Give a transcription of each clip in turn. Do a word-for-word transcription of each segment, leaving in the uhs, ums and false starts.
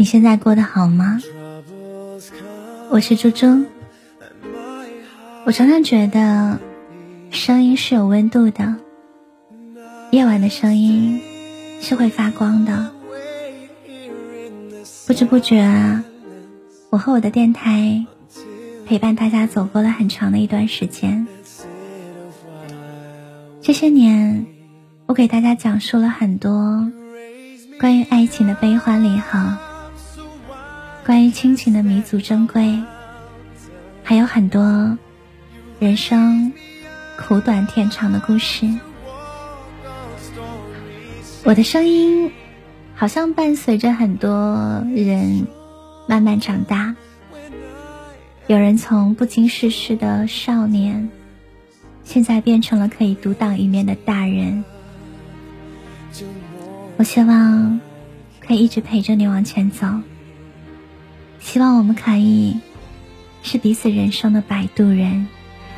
你现在过得好吗？我是猪猪。我常常觉得声音是有温度的，夜晚的声音是会发光的。不知不觉啊，我和我的电台陪伴大家走过了很长的一段时间。这些年我给大家讲述了很多关于爱情的悲欢离合，关于亲情的弥足珍贵，还有很多人生苦短天长的故事。我的声音好像伴随着很多人慢慢长大，有人从不经世事的少年，现在变成了可以独当一面的大人。我希望可以一直陪着你往前走，希望我们可以是彼此人生的摆渡人。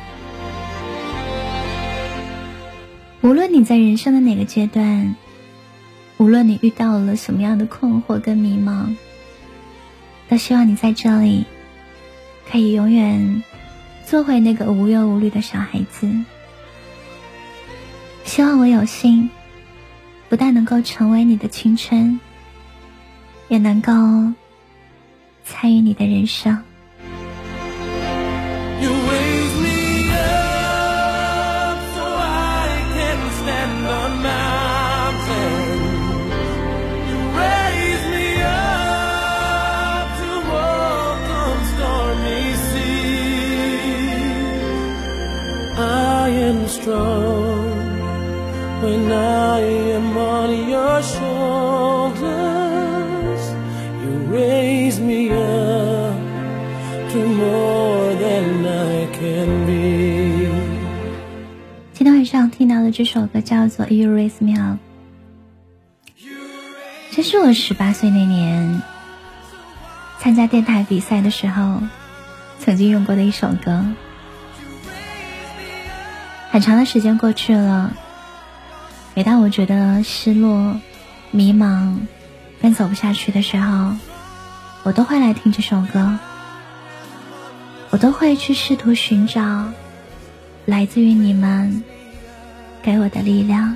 无论你在人生的哪个阶段，无论你遇到了什么样的困惑跟迷茫，都希望你在这里可以永远做回那个无忧无虑的小孩子。希望我有幸不但能够成为你的青春，也能够参与你的人生。 Strong when I am on your shoulders, you raise me up to more than I can be。 今天晚上听到的这首歌叫做 You Raise Me Up， 这是我十八岁那年参加电台比赛的时候曾经用过的一首歌。很长的时间过去了，每当我觉得失落、迷茫跟走不下去的时候，我都会来听这首歌，我都会去试图寻找来自于你们给我的力量。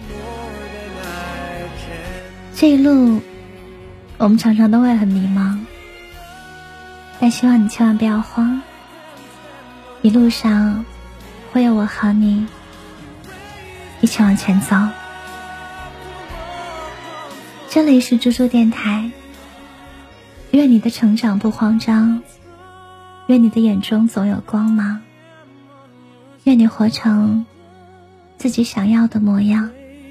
这一路我们常常都会很迷茫，但希望你千万不要慌，一路上会有我和你一起往前走。这里是猪猪电台，愿你的成长不慌张，愿你的眼中总有光芒，愿你活成自己想要的模样。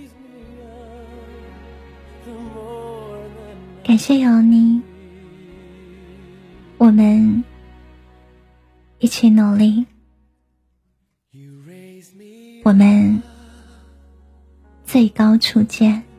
感谢有你，我们一起努力，我们最高处见。